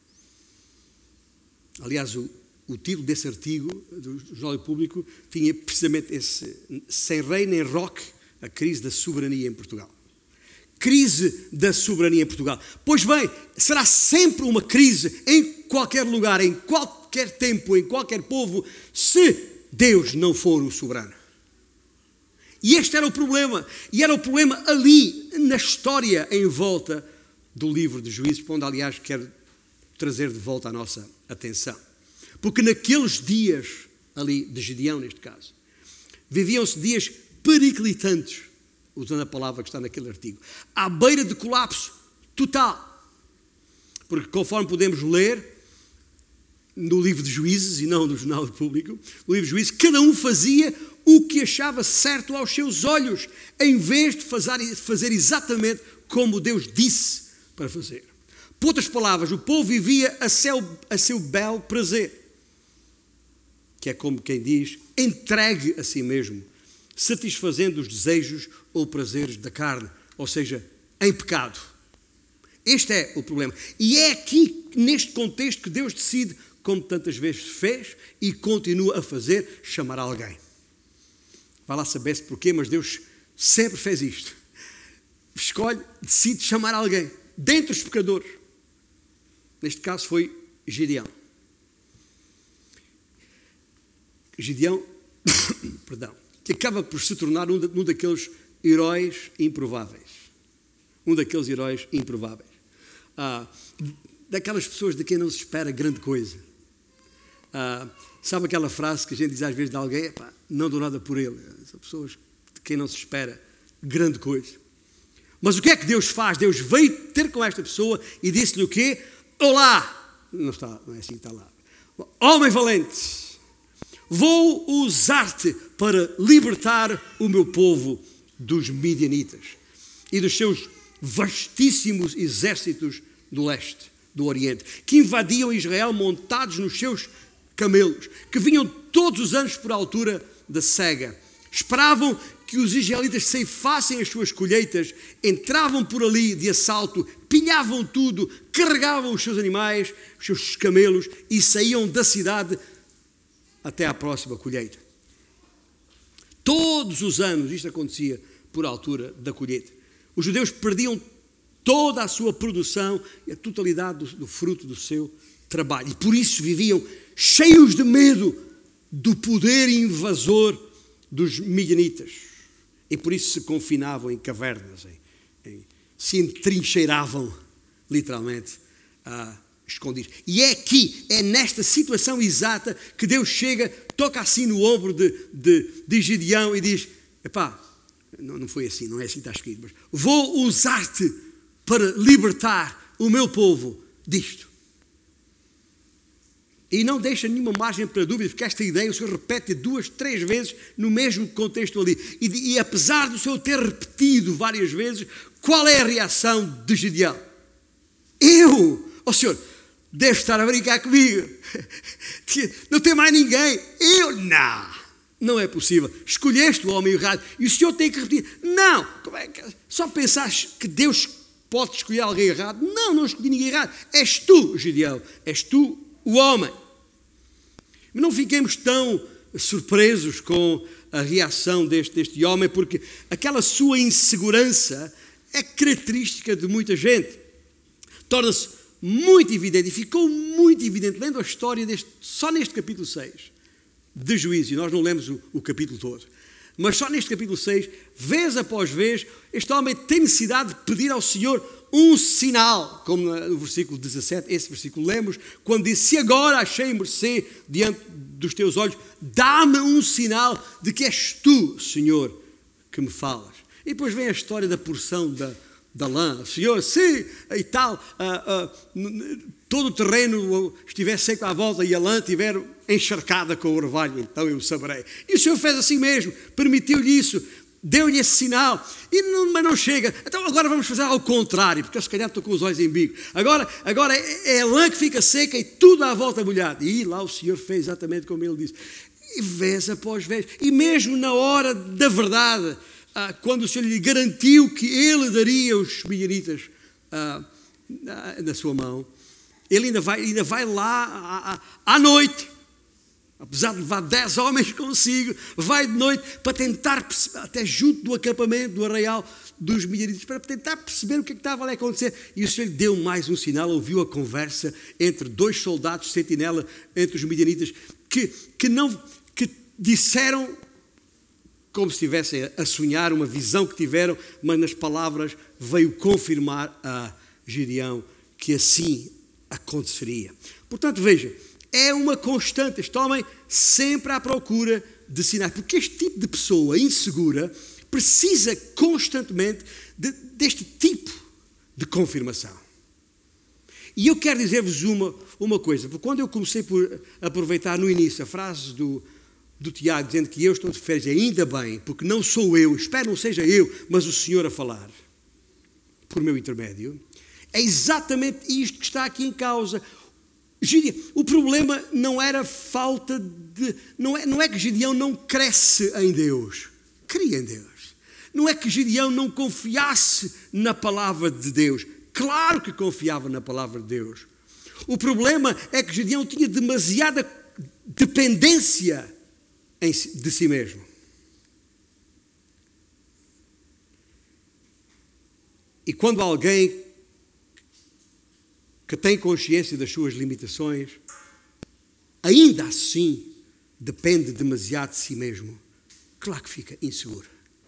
Aliás, o, o título desse artigo do Jornal Público tinha precisamente esse: sem rei nem roque, a crise da soberania em Portugal. Crise da soberania em Portugal. Pois bem, será sempre uma crise em qualquer lugar, em qualquer tempo, em qualquer povo, se Deus não for o soberano. E este era o problema. E era o problema ali, na história em volta do livro de Juízes, para onde, aliás, quero trazer de volta a nossa atenção. Porque naqueles dias, ali, de Gideão, neste caso, viviam-se dias periclitantes, usando a palavra que está naquele artigo, à beira de colapso total. Porque, conforme podemos ler no livro de Juízes, e não no Jornal Público, no livro de Juízes, cada um fazia o que achava certo aos seus olhos, em vez de fazer, fazer exatamente como Deus disse para fazer. Por outras palavras, o povo vivia a seu, a seu bel prazer, que é como quem diz, entregue a si mesmo, satisfazendo os desejos ou prazeres da carne, ou seja, em pecado. Este é o problema. E é aqui, neste contexto, que Deus decide, como tantas vezes fez e continua a fazer, chamar alguém. Vai lá saber-se porquê, mas Deus sempre fez isto. Escolhe, decide chamar alguém, dentre os pecadores. Neste caso foi Gideão. Gideão, perdão, que acaba por se tornar um, um daqueles heróis improváveis. Um daqueles heróis improváveis. Ah, daquelas pessoas de quem não se espera grande coisa. Ah, sabe aquela frase que a gente diz às vezes de alguém? Epá, não dou nada por ele. São pessoas de quem não se espera grande coisa. Mas o que é que Deus faz? Deus veio ter com esta pessoa e disse-lhe o quê? Olá! Não, está, não é assim que está lá. Homem valente, vou usar-te para libertar o meu povo dos midianitas e dos seus vastíssimos exércitos do leste, do oriente, que invadiam Israel montados nos seus camelos, que vinham todos os anos por altura da cega. Esperavam que os israelitas ceifassem as suas colheitas, entravam por ali de assalto, pilhavam tudo, carregavam os seus animais, os seus camelos e saíam da cidade até à próxima colheita. Todos os anos isto acontecia por altura da colheita. Os judeus perdiam toda a sua produção e a totalidade do, do fruto do seu trabalho. E por isso viviam cheios de medo do poder invasor dos midianitas. E por isso se confinavam em cavernas, em, em, se entrincheiravam, literalmente, a escondidos. E é aqui, é nesta situação exata que Deus chega, toca assim no ombro de, de, de Gideão e diz, epá, não, não foi assim, não é assim que está escrito, mas vou usar-te para libertar o meu povo disto. E não deixa nenhuma margem para dúvida, porque esta ideia o Senhor repete duas, três vezes no mesmo contexto ali. E, e apesar do Senhor ter repetido várias vezes, qual é a reação de Gideão? Eu, ó oh, Senhor, deve estar a brincar comigo. Não tem mais ninguém. Eu, não. Não é possível. Escolheste o homem errado. E o Senhor tem que repetir. Não. Como é que, só pensaste que Deus pode escolher alguém errado? Não, não escolhi ninguém errado. És tu, Gideão. És tu o homem. Mas não fiquemos tão surpresos com a reação deste, deste homem, porque aquela sua insegurança é característica de muita gente. Torna-se muito evidente, e ficou muito evidente, lendo a história deste, só neste capítulo seis, de Juízes, e nós não lemos o, o capítulo todo, mas só neste capítulo seis, vez após vez, este homem tem necessidade de pedir ao Senhor um sinal, como no versículo dezassete, esse versículo lemos, quando diz, se agora achei mercê diante dos teus olhos, dá-me um sinal de que és tu, Senhor, que me falas. E depois vem a história da porção da, da lã. Senhor, se e tal, uh, uh, todo o terreno estiver seco à volta e a lã estiver encharcada com o orvalho, então eu saberei. E o Senhor fez assim mesmo, permitiu-lhe isso, deu-lhe esse sinal, e não, mas não chega. Então agora vamos fazer ao contrário, porque eu se calhar estou com os olhos em bico. Agora, agora é a lã que fica seca e tudo à volta molhado. E lá o Senhor fez exatamente como ele disse. E vez após vez, e mesmo na hora da verdade, ah, quando o Senhor lhe garantiu que ele daria os midianitas ah, na sua mão, ele ainda vai, ainda vai lá à, à, à noite, apesar de levar dez homens consigo, vai de noite para tentar, até junto do acampamento, do arraial dos midianitas, para tentar perceber o que, é que estava ali a acontecer. E o Senhor lhe deu mais um sinal, ouviu a conversa entre dois soldados de sentinela, entre os midianitas, que, que, não, que disseram como se estivessem a sonhar uma visão que tiveram, mas nas palavras veio confirmar a Gideão que assim aconteceria. Portanto, veja, é uma constante, este homem sempre à procura de sinais, porque este tipo de pessoa insegura precisa constantemente de, deste tipo de confirmação. E eu quero dizer-vos uma, uma coisa, porque quando eu comecei por aproveitar no início a frase do, do Tiago, dizendo que eu estou de férias, ainda bem, porque não sou eu, espero não seja eu, mas o Senhor a falar, por meu intermédio, é exatamente isto que está aqui em causa. Gideão, o problema não era falta de... Não é, não é que Gideão não cresce em Deus, cria em Deus. Não é que Gideão não confiasse na palavra de Deus, claro que confiava na palavra de Deus. O problema é que Gideão tinha demasiada dependência de si mesmo. E quando alguém que tem consciência das suas limitações, ainda assim depende demasiado de si mesmo, claro que fica inseguro.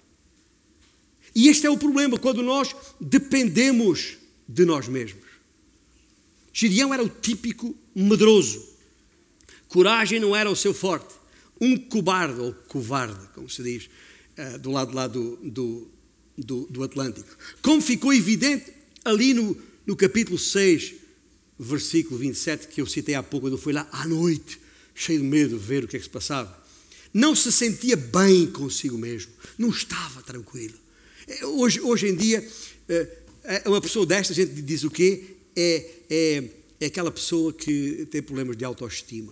E este é o problema, quando nós dependemos de nós mesmos. Gideão era o típico medroso. Coragem não era o seu forte. Um cobarde, ou covarde, como se diz, uh, do lado lá do, do, do, do Atlântico. Como ficou evidente ali no, no capítulo seis, versículo vinte e sete, que eu citei há pouco, quando eu fui lá à noite, cheio de medo de ver o que é que se passava. Não se sentia bem consigo mesmo. Não estava tranquilo. Hoje, hoje em dia, uma pessoa desta, a gente diz o quê? É, é, é aquela pessoa que tem problemas de autoestima.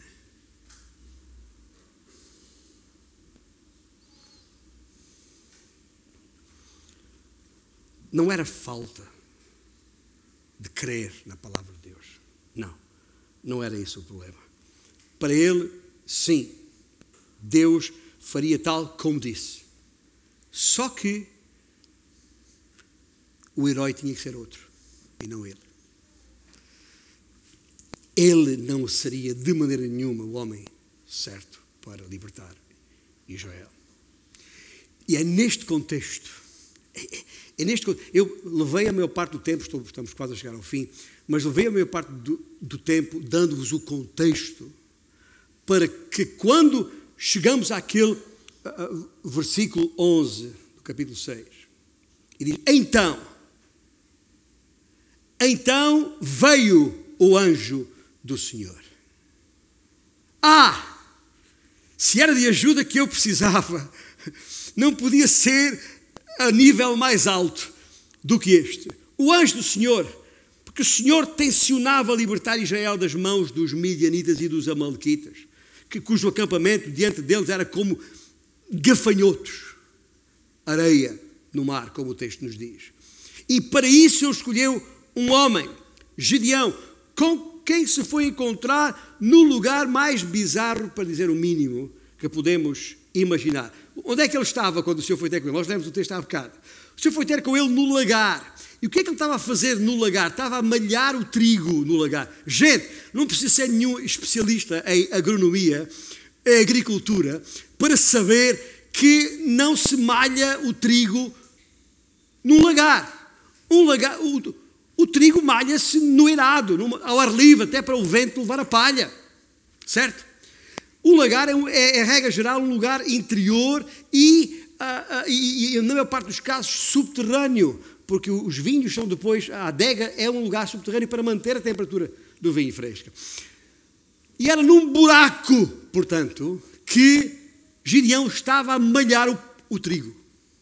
Não era falta de crer na palavra de Deus. Não, não era esse o problema. Para ele, sim, Deus faria tal como disse. Só que o herói tinha que ser outro, e não ele. Ele não seria de maneira nenhuma o homem certo para libertar Israel. E é neste contexto, é, é neste contexto, eu levei a maior parte do tempo, estou, estamos quase a chegar ao fim, mas levei a maior parte do, do tempo dando-vos o contexto para que quando chegamos àquele uh, versículo onze do capítulo seis, e diz, então, então veio o anjo do Senhor. Ah, se era de ajuda que eu precisava, não podia ser a nível mais alto do que este. O anjo do Senhor, porque o Senhor tencionava libertar Israel das mãos dos midianitas e dos amalequitas, que, cujo acampamento diante deles era como gafanhotos, areia no mar, como o texto nos diz. E para isso ele escolheu um homem, Gideão, com quem se foi encontrar no lugar mais bizarro, para dizer o mínimo, que podemos imaginar. Onde é que ele estava quando o Senhor foi ter com ele? Nós lemos o texto há bocado. O Senhor foi ter com ele no lagar. E o que é que ele estava a fazer no lagar? Estava a malhar o trigo no lagar. Gente, não precisa ser nenhum especialista em agronomia, em agricultura, para saber que não se malha o trigo num lagar. Um lagar o, o trigo malha-se no eirado, ao ar livre, até para o vento levar a palha. Certo? O lagar é, é, é regra geral, um lugar interior e, uh, uh, e, e, na maior parte dos casos, subterrâneo, porque os vinhos são depois, a adega é um lugar subterrâneo para manter a temperatura do vinho fresca. E era num buraco, portanto, que Gideão estava a malhar o, o trigo.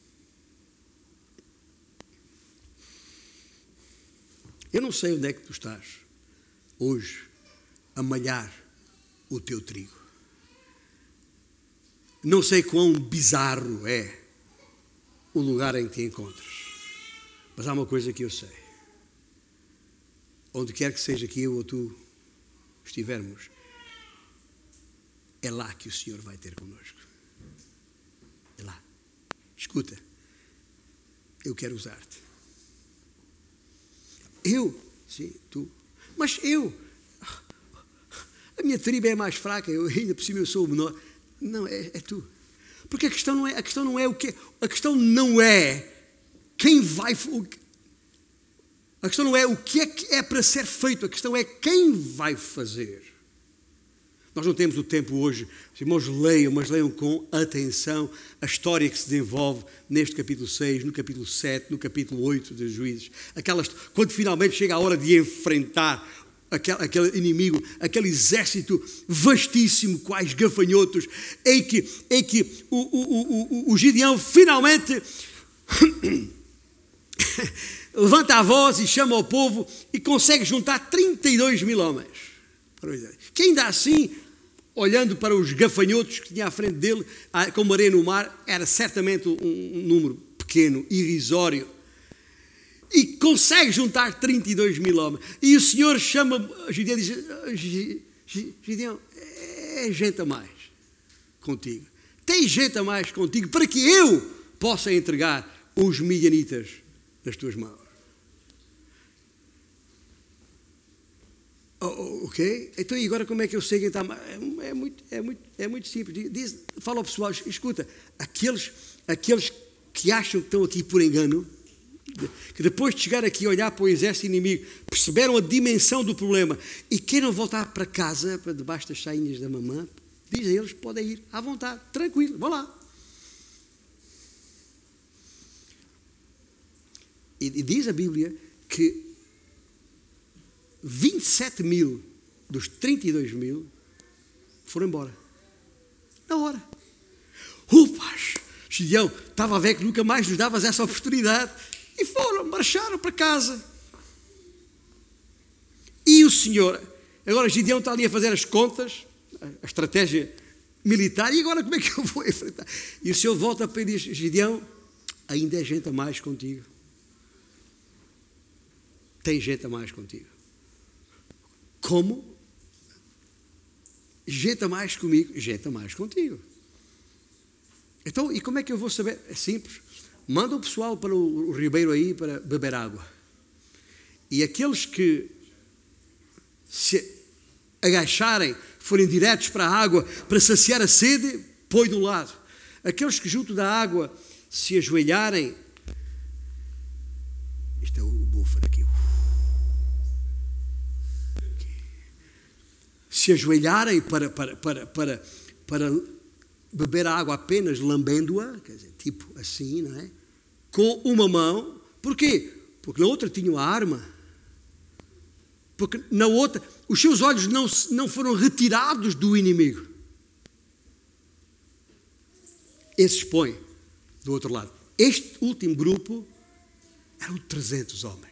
Eu não sei onde é que tu estás hoje a malhar o teu trigo. Não sei quão bizarro é o lugar em que te encontras. Mas há uma coisa que eu sei. Onde quer que seja que eu ou tu estivermos, é lá que o Senhor vai ter connosco. É lá. Escuta, eu quero usar-te. Eu, sim, tu. Mas eu, a minha tribo é mais fraca, eu ainda por cima eu sou o menor. Não, é, é tu. Porque a questão não é, a questão não é o que, a questão não é quem vai, a questão não é o que é que é para ser feito, a questão é quem vai fazer. Nós não temos o tempo hoje, os irmãos leiam, mas leiam com atenção a história que se desenvolve neste capítulo seis, no capítulo sete, no capítulo oito dos Juízes. Aquelas, quando finalmente chega a hora de enfrentar aquele, aquele inimigo, aquele exército vastíssimo, quais gafanhotos, em que, em que o, o, o, o Gideão finalmente levanta a voz e chama ao povo e consegue juntar trinta e dois mil homens. Que ainda assim, olhando para os gafanhotos que tinha à frente dele, como areia no mar, era certamente um número pequeno, irrisório. E consegue juntar trinta e dois mil homens. E o Senhor chama Gideão e diz: Gideão, é gente a mais contigo. Tem gente a mais contigo para que eu possa entregar os midianitas nas tuas mãos. Oh, ok? Então e agora como é que eu sei quem está mais? É, é, muito, é, muito, é muito simples. Diz, fala ao pessoal, escuta, aqueles, aqueles que acham que estão aqui por engano, que depois de chegar aqui e olhar para o exército inimigo, perceberam a dimensão do problema e queiram voltar para casa, para debaixo das sainhas da mamã, diz a eles, podem ir à vontade, tranquilo, vão lá. E, e diz a Bíblia que vinte e sete mil dos trinta e dois mil foram embora. Na hora. Upas! Gideão estava a ver que nunca mais nos davas essa oportunidade. E foram, marcharam para casa. E o Senhor, agora Gideão está ali a fazer as contas, a estratégia militar, e agora como é que eu vou enfrentar? E o Senhor volta para ele e diz: Gideão, ainda é gente a mais contigo. Tem gente a mais contigo. Como? Gente a mais comigo, gente a mais contigo. Então, e como é que eu vou saber? É simples. Manda o pessoal para o, o ribeiro aí para beber água. E aqueles que se agacharem, forem diretos para a água para saciar a sede, põe do lado. Aqueles que junto da água se ajoelharem, isto é o búfalo aqui, se ajoelharem para, para, para, para, para beber a água apenas lambendo-a, quer dizer, tipo assim, não é? Com uma mão. Porquê? Porque na outra tinham a arma. Porque na outra, os seus olhos não, não foram retirados do inimigo. Esses põem do outro lado. Este último grupo eram trezentos homens.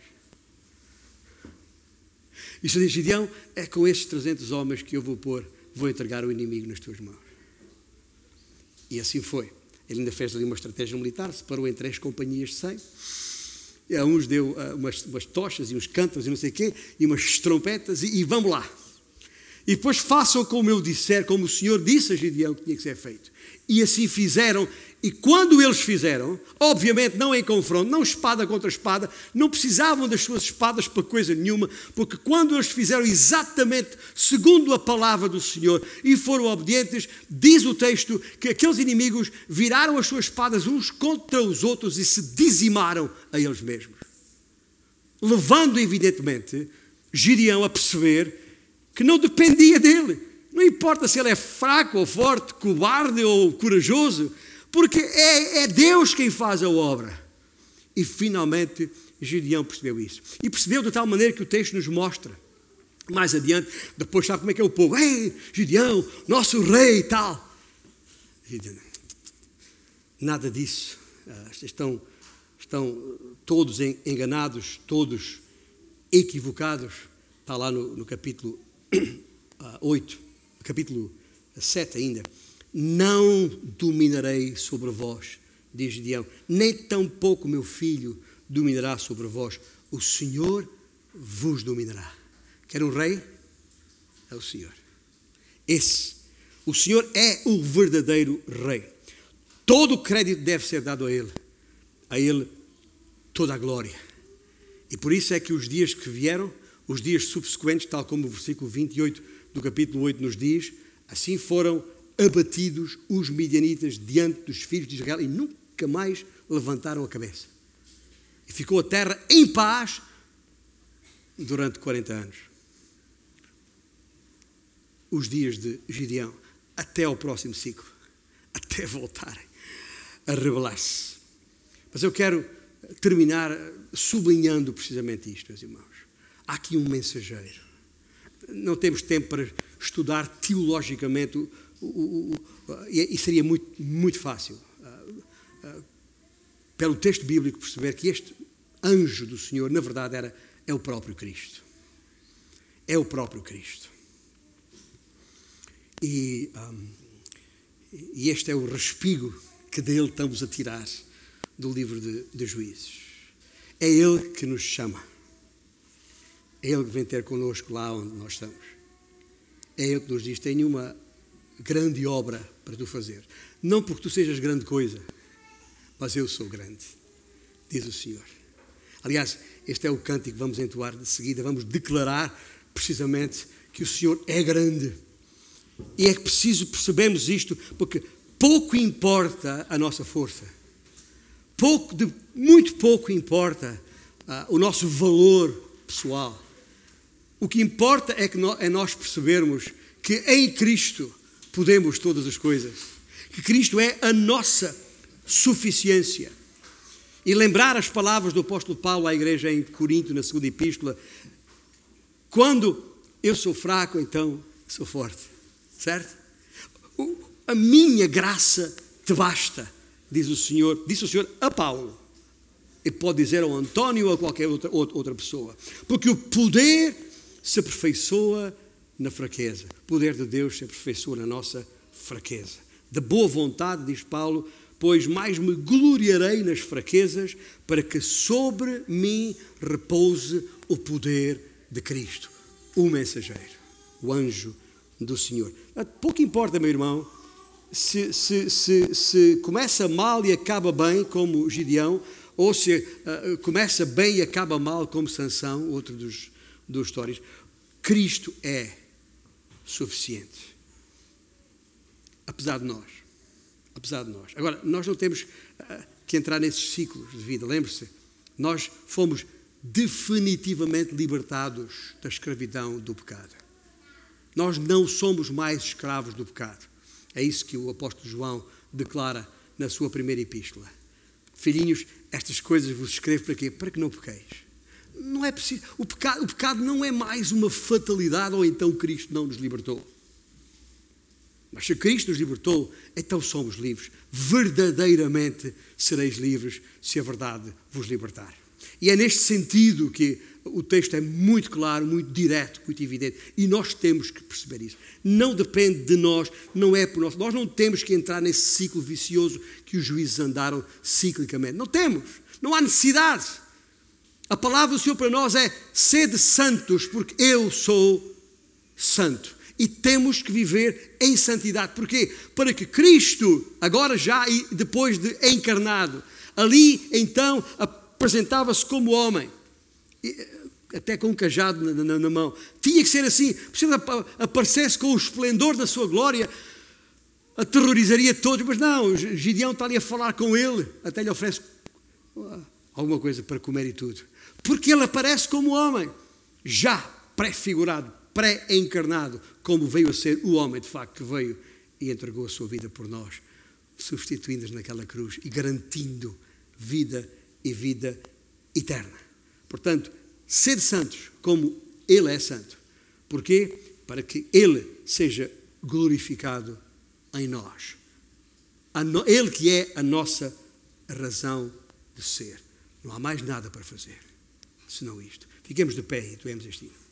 E se diz: Gideão, é com estes trezentos homens que eu vou pôr, vou entregar o inimigo nas tuas mãos. E assim foi. Ele ainda fez ali uma estratégia militar, separou em três companhias de cem. E a uns deu uh, umas, umas tochas e uns cântaros e não sei o quê, e umas trompetas, e, e vamos lá. E depois façam como eu disser, como o Senhor disse a Gideão que tinha que ser feito. E assim fizeram. E quando eles fizeram, obviamente não em confronto, não espada contra espada, não precisavam das suas espadas para coisa nenhuma, porque quando eles fizeram exatamente segundo a palavra do Senhor e foram obedientes, diz o texto que aqueles inimigos viraram as suas espadas uns contra os outros e se dizimaram a eles mesmos. Levando evidentemente Gideão a perceber que não dependia dele. Não importa se ele é fraco ou forte, cobarde ou corajoso, porque é, é Deus quem faz a obra. E finalmente Gideão percebeu isso. E percebeu de tal maneira que o texto nos mostra. Mais adiante, depois sabe como é que é o povo. Ei, Gideão, nosso rei e tal. Gideão, nada disso. Estão, estão todos enganados, todos equivocados. Está lá no, no capítulo oito, capítulo sete ainda. Não dominarei sobre vós, diz Gideão, nem tampouco meu filho dominará sobre vós. O Senhor vos dominará. Quer um rei? É o Senhor. Esse, o Senhor é o verdadeiro rei. Todo o crédito deve ser dado a Ele. A Ele toda a glória. E por isso é que os dias que vieram, os dias subsequentes, tal como o versículo vinte e oito do capítulo oito nos diz, assim foram abatidos os midianitas diante dos filhos de Israel e nunca mais levantaram a cabeça. E ficou a terra em paz durante quarenta anos. Os dias de Gideão, até ao próximo ciclo, até voltarem a rebelar-se. Mas eu quero terminar sublinhando precisamente isto, meus irmãos. Há aqui um mensageiro. Não temos tempo para estudar teologicamente, o, o, o, e seria muito, muito fácil, uh, uh, pelo texto bíblico, perceber que este anjo do Senhor, na verdade, era, é o próprio Cristo. É o próprio Cristo. E, um, e este é o respigo que dele estamos a tirar do livro de, de Juízes. É ele que nos chama. É ele que vem ter connosco lá onde nós estamos. É ele que nos diz: tenho uma grande obra para tu fazer. Não porque tu sejas grande coisa, mas eu sou grande, diz o Senhor. Aliás, este é o cântico que vamos entoar de seguida. Vamos declarar precisamente que o Senhor é grande. E é preciso percebermos isto, porque pouco importa a nossa força. Pouco, de, muito pouco importa uh, o nosso valor pessoal. O que importa é, que no, é nós percebermos que em Cristo podemos todas as coisas. Que Cristo é a nossa suficiência. E lembrar as palavras do apóstolo Paulo à igreja em Corinto, na segunda epístola: quando eu sou fraco, então sou forte. Certo? A minha graça te basta, diz o Senhor, disse o Senhor a Paulo. E pode dizer ao António ou a qualquer outra, outra pessoa. Porque o poder se aperfeiçoa na fraqueza. O poder de Deus se aperfeiçoa na nossa fraqueza. De boa vontade, diz Paulo, pois mais me gloriarei nas fraquezas, para que sobre mim repouse o poder de Cristo, o mensageiro, o anjo do Senhor. Pouco importa, meu irmão, se, se, se, se começa mal e acaba bem, como Gideão, ou se uh, começa bem e acaba mal, como Sansão, outro dos, dos histórias. Cristo é suficiente. Apesar de nós. Apesar de nós. Agora, nós não temos uh, que entrar nesses ciclos de vida. Lembre-se, nós fomos definitivamente libertados da escravidão do pecado. Nós não somos mais escravos do pecado. É isso que o apóstolo João declara na sua primeira epístola. Filhinhos, estas coisas vos escrevo para quê? Para que não pequeis. Não é preciso. O pecado, o pecado não é mais uma fatalidade, ou então Cristo não nos libertou. Mas se Cristo nos libertou, então somos livres. Verdadeiramente sereis livres se a verdade vos libertar. E é neste sentido que o texto é muito claro, muito direto, muito evidente. E nós temos que perceber isso. Não depende de nós, não é por nós. Nós não temos que entrar nesse ciclo vicioso que os juízes andaram ciclicamente. Não temos. Não há necessidade. A palavra do Senhor para nós é: sede santos, porque eu sou santo. E temos que viver em santidade. Porquê? Para que Cristo, agora já e depois de encarnado, ali então apresentava-se como homem, até com um cajado na, na, na mão. Tinha que ser assim. Precisa aparecer-se com o esplendor da sua glória, aterrorizaria todos. Mas não, Gideão está ali a falar com ele, até lhe oferece alguma coisa para comer e tudo. Porque ele aparece como homem, já pré-figurado, pré-encarnado, como veio a ser o homem de facto que veio e entregou a sua vida por nós, substituindo-nos naquela cruz e garantindo vida e vida eterna. Portanto, sede santos como Ele é santo. Porquê? Para que Ele seja glorificado em nós. Ele que é a nossa razão de ser. Não há mais nada para fazer senão isto. Fiquemos de pé e doemos este hino.